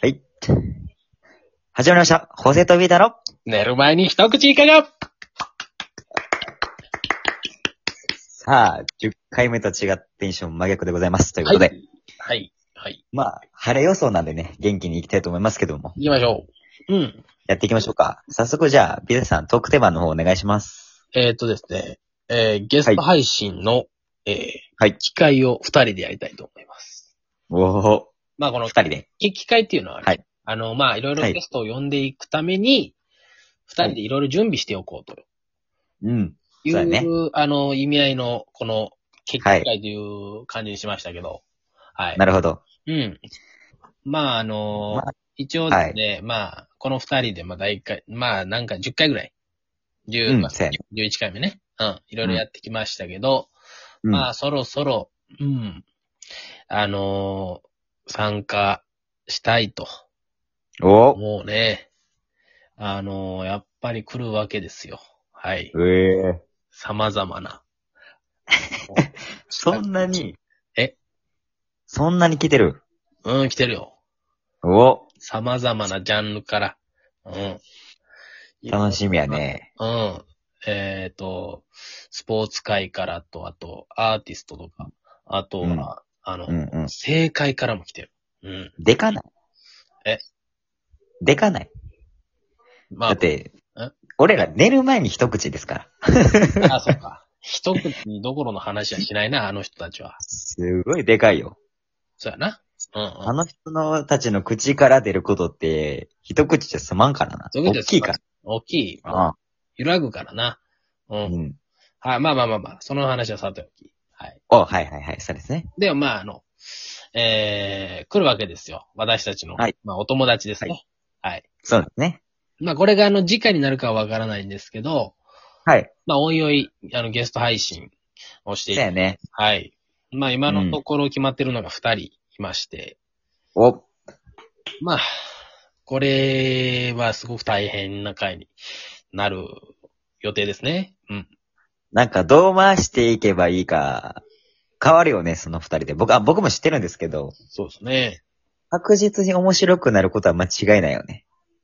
はい。始まりました。ホセとビータの寝る前に一口いかが。 さあ、10回目と違ってテンション真逆でございます。ということで。 はい。はい。 まあ、晴れ予想なんでね、元気に行きたいと思いますけども。 行きましょう。うん。 やっていきましょうか。早速じゃあ、ビータさん、トークテーマの方お願いします。 ですね。ゲスト配信の、 はい。 機会を二人でやりたいと思います。 おー。 まあ、この、 二人で。 機会っていうのは、 はい。 まあ、いろいろはいゲストを呼んでいくために、二人でいろいろ準備しておこうとうん。 いそうだね。 意味合いの、この、決起はい。 会という感じにしましたけど、はい。 なるほど。 うん。まあ、 ま一応あ、はい。 ですね、まあ、この二人でまあ第1回、まあなんか10回ぐらい、10、まあ、 うん、そうやね。 11回目ね。うん。いろいろうん。 やってきましたけど、 うん。 まあそろそろ、うん。あの参加したいと。 おもうね、やっぱり来るわけですよ。はい。 ー。ええ様々な。 そんなに、 え、 そんなに来てる。 うん、来てるよ。 お様々なジャンルから。うん。いろん楽しみやな、 ね。 うん。スポーツ界からと、あと、アーティストとか、あとうん。 は、 うんうん。 政界からも来てる。うん。 でかないえ、 でかないまあ、 だって、 え俺ら寝る前に一口ですから。 あ、そっか。一口どころの話はしないな、あの人たちは。 すごいでかいよ。 そうやな。うんうん。 あの人のたちの口から出ることって、一口じゃ済まんからな。 そういうことです。 大きいから。 大きい。もう、 ああ。 揺らぐからな。うん。 うん。 はい、まあまあまあまあ、その話はさておき。はい。 お、はいはいはい、そうですね。 では、まあ、来るわけですよ。私たちの、 はい。 まあ、お友達ですはい。 ね。はい。 そうですね。 まあ、これが次回になるかはわからないんですけど、 はい。 まあ、おいおい、ゲスト配信をしていく。 そうやね。 はい。まあ、今のとうん。 ころ決まってるのが2人いまして、 お、 まあ、これはすごく大変な回になる予定ですね。うん。 なんかどう回していけばいいか、変わるよね、その二人で。僕も知ってるんですけど、 そうですね。 確実に面白くなることは間違いないよね。 うん。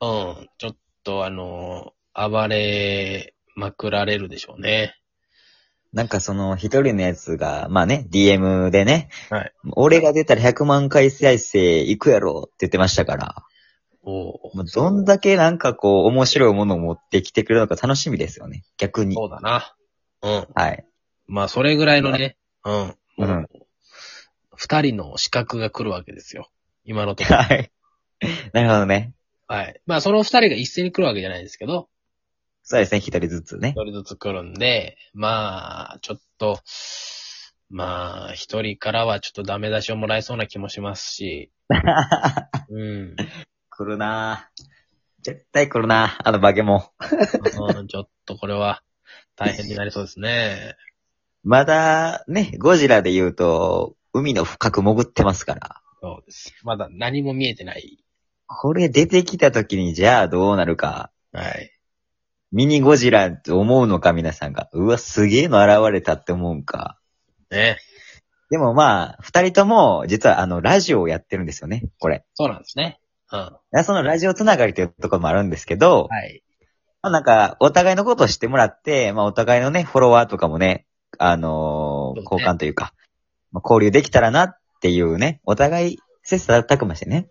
ちょっと暴れまくられるでしょうね。 なんかその一人のやつが、まあね、DM でね、 はい。 俺が出たら100万回再生いくやろって言ってましたから、 おー、 もうどんだけなんかこう面白いものを持ってきてくれるのか楽しみですよね。逆に。 そうだな。うん。 はい。 まあ、それぐらいのね、うん。もう、 うん。 二人の資格が来るわけですよ。今のところ。 はい。なるほどね。 はい。まあ、その二人が一斉に来るわけじゃないですけど、 そうですね、一人ずつね。 一人ずつ来るんで、まあ、ちょっと、まあ、一人からはちょっとダメ出しをもらえそうな気もしますし、うん。 来るなぁ。絶対来るなぁ。あの化け物。 うん、ちょっとこれは大変になりそうですね。 まだね、ゴジラで言うと、海の深く潜ってますから。 そうです。まだ何も見えてない。 これ出てきた時にじゃあどうなるか。 はい。 ミニゴジラって思うのか皆さんが。うわ、すげえの現れたって思うんか。 ね。 でもまあ、二人とも実はラジオをやってるんですよね、これ。 そうなんですね。うん。はそのラジオつながりというところもあるんですけど、 い。 まあなんか、お互いのことを知ってもらって、まあお互いのね、フォロワーとかもね、交そうね。 換というか、まあ、交流できたらなっていうね、お互い、切磋琢磨してね。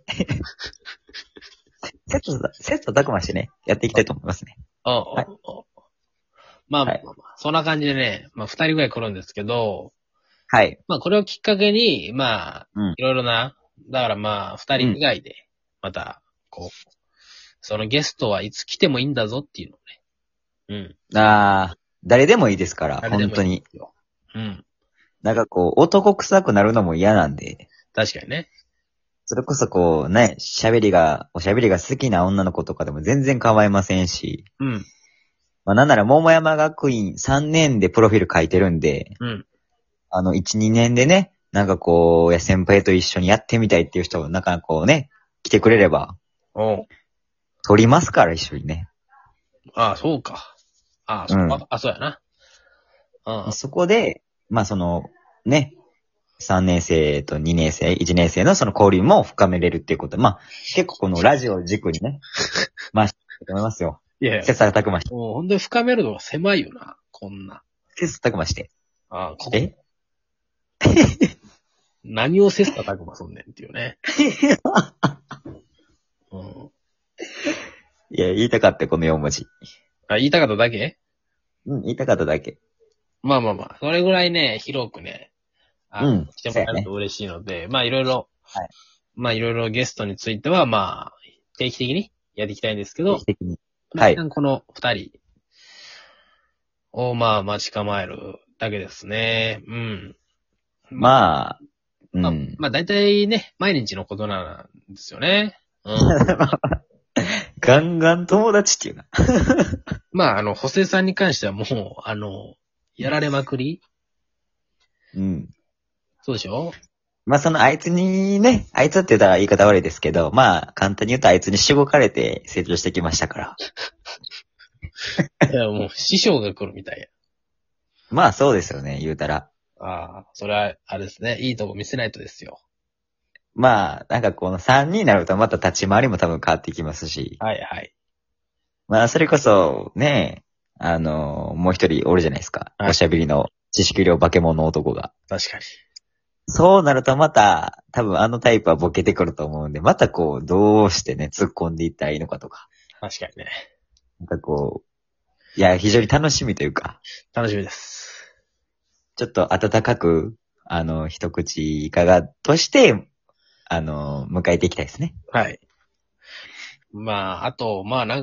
切磋琢磨してね、やっていきたいと思いますね。 うんうんはい。 うん。まあまはい。 あまあまあ、そんな感じでね、まあ二人ぐらい来るんですけど、 はい。 まあこれをきっかけに、まあ、 うん。 いろいろな、だからまあ二うん。 人以外で、また、こう、そのゲストはいつ来てもいいんだぞっていうのをね。 誰でもいいですから、 誰でもいいんで本当に。 すよ。うん。 なんかこう、男臭くなるのも嫌なんで、 確かにね。 それこそこうね、おしゃべりが好きな女の子とかでも全然構いませんし、 うん。 まあなんなら桃山学院3年でプロフィール書いてるんで、 うん。 1、2年でね、なんかこう、先輩と一緒にやってみたいっていう人が、なんかこうね、来てくれれば、 おう。 撮りますから、一緒にね。 ああ、そうか。ああ、 うん。 そうやな。うん。 そこで、まあね、 3年生と2年生、1年生のその交流も深めれるっていうことで、まあ、結構このラジオを軸にね、まあ、していと思いますよ。 いやいや、 切磋琢磨して、 もう本当に深めるのが狭いよな、こんな。 切磋琢磨して。 ああ、ここ。 え何を切磋琢磨すんねんっていうね。うん。 いや、言いたかった、この4文字。 あ、言いたかっただけ？ うん、言いたかっただけ。 まあまあまあ、それぐらいね、広くね、来てもらえるそうやと嬉しいので、まあいろいろ、 はいまあいろいろゲストについては、まあ、定期的にやっていきたいんですけど定期、的に。 まあはい一旦この二人をまあ待ち構えるだけですね。うん。 まあ、うまあ、 ん。 まあ大体ね、毎日のことなんですよね。うん。 ガンガン友達っていうな。 まあ補正さんに関してはもう、やられまくりうん。 そうでしょ？ まあ、あいつにね、あいつって言ったら言い方悪いですけど、まあ、簡単に言うとあいつにしごかれて成長してきましたから。 いや、もう師匠が来るみたいや。 まあ、そうですよね、言うたら。 ああ、それは、あれですね。いいとこ見せないとですよ。 まあ、なんかこの3人になるとまた立ち回りも多分変わってきますし。 はいはい。 まあ、それこそ、ね、もう一人おるじゃないですか。 はいおしゃべりの知識量化け物の男が。 確かに。 そうなるとまた、多分あのタイプはボケてくると思うんで、またこう、どうしてね、突っ込んでいったらいいのかとか。 確かにね。 なんかこう、いや、非常に楽しみというか、 楽しみです。 ちょっと温かく、一口いかがとして、迎えていきたいですね。 はい。まあ、あと、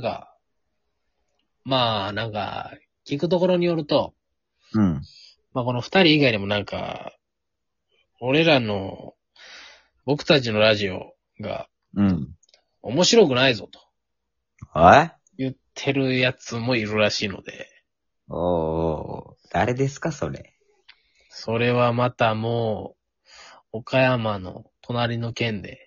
聞くところによると、 うん。 まあこの二人以外にも俺らの、僕たちのラジオがうん。 面白くないぞとおい言ってるやつもいるらしいので、 おー、誰ですか、それ。 それはまたもう、岡山の隣の県で、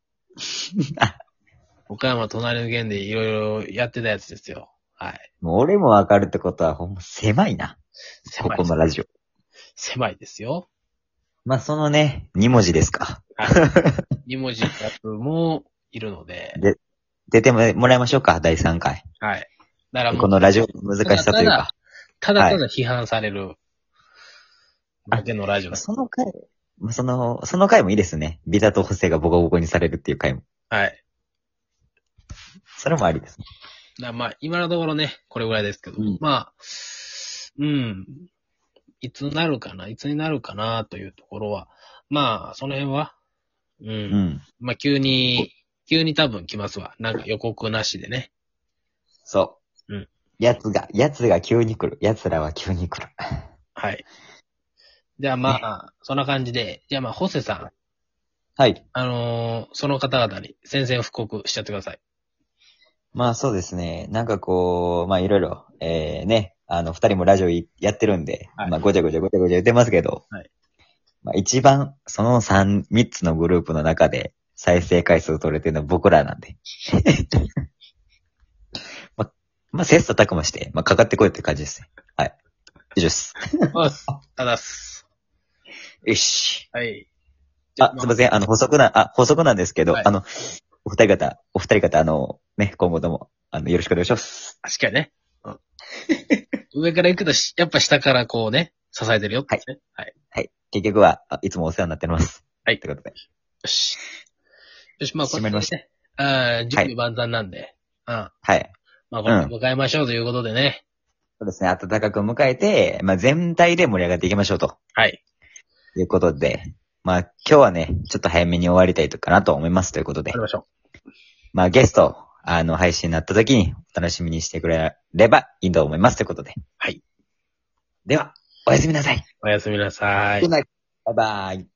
岡山隣の県でいろいろやってたやつですよ。はい。 もう俺もわかるってことは、ほんま狭いな。こ狭いこのラジオ。 狭いですよ。 まあ、そのね、2文字ですか。 はい。2文字のやつもいるので、 で、出てもらいましょうか、第3回。 はい。だからもう、 このラジオの難しさというか。 ただただ批判されるだけのラジオです。 その回、その回もいいですね。ビタと補正がボコボコにされるっていう回も。 はい。 それもありですね。 まあ、今のところね、これぐらいですけど、 うんまあ、いつになるかなというところは、まあ、その辺は、まあ、急に多分来ますわ。なんか予告なしでね。 そう。 うん。 やつが急に来る。奴らは急に来る。 はい。じゃあまあ、そんな感じで、じゃあまあ、ホセさん、 はい。 その方々に宣戦布告しちゃってください。 まあそうですね。なんかこう、まあいろいろ、ね、二人もラジオやってるんで、 はいまあごちゃごちゃ言ってますけど、 はい。 まあ一番、その3つのグループの中で再生回数取れてるのは僕らなんで。まあ切磋琢磨して、まあかかってこいって感じですね。はい。以上です。 ただっす。 よし。 はい。 あ、すいません。補足なんですけど、 はいお二人方、ね、今後とも、よろしくお願いします。 確かにね。上から行くとやっぱ下からこうね、支えてるよってね。はい。 はい。結局いつもお世話になってます。 はいということで。 よし。よし、まあ、これ締まりましね。準備万端なんで。 はい。 まあ、これで迎えましょうということでね。 そうですね。暖かく迎えて、まあ、全体で盛り上がっていきましょうと。 はい。 いうことで、まあ、今日はね、ちょっと早めに終わりたいかなと思いますということでやり。ましょまあ、ゲスト、配信になった時にお楽しみにしてくれればいいと思いますということで。 はい。 では、おやすみなさい。 う。おやすみなさい。 バイバイ。